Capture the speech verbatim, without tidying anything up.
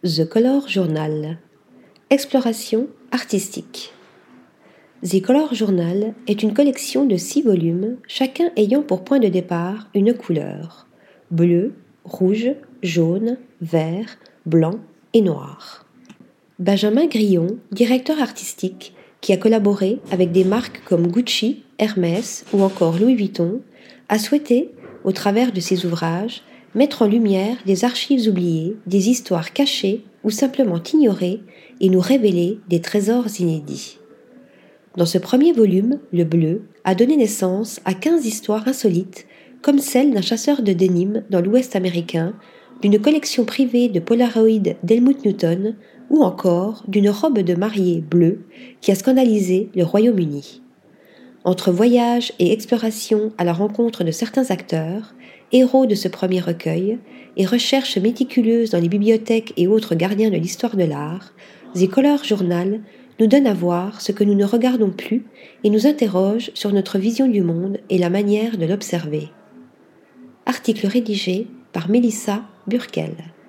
The Color Journal. Exploration artistique. The Color Journal est une collection de six volumes, chacun ayant pour point de départ une couleur: bleu, rouge, jaune, vert, blanc et noir. Benjamin Grillon, directeur artistique, qui a collaboré avec des marques comme Gucci, Hermès ou encore Louis Vuitton, a souhaité, au travers de ses ouvrages, mettre en lumière des archives oubliées, des histoires cachées ou simplement ignorées et nous révéler des trésors inédits. Dans ce premier volume, le bleu a donné naissance à quinze histoires insolites, comme celle d'un chasseur de denim dans l'Ouest américain, d'une collection privée de Polaroid d'Helmut Newton ou encore d'une robe de mariée bleue qui a scandalisé le Royaume-Uni. Entre voyages et explorations à la rencontre de certains acteurs, héros de ce premier recueil, et recherches méticuleuses dans les bibliothèques et autres gardiens de l'histoire de l'art, The Color Journal nous donne à voir ce que nous ne regardons plus et nous interroge sur notre vision du monde et la manière de l'observer. Article rédigé par Mélissa Burkel.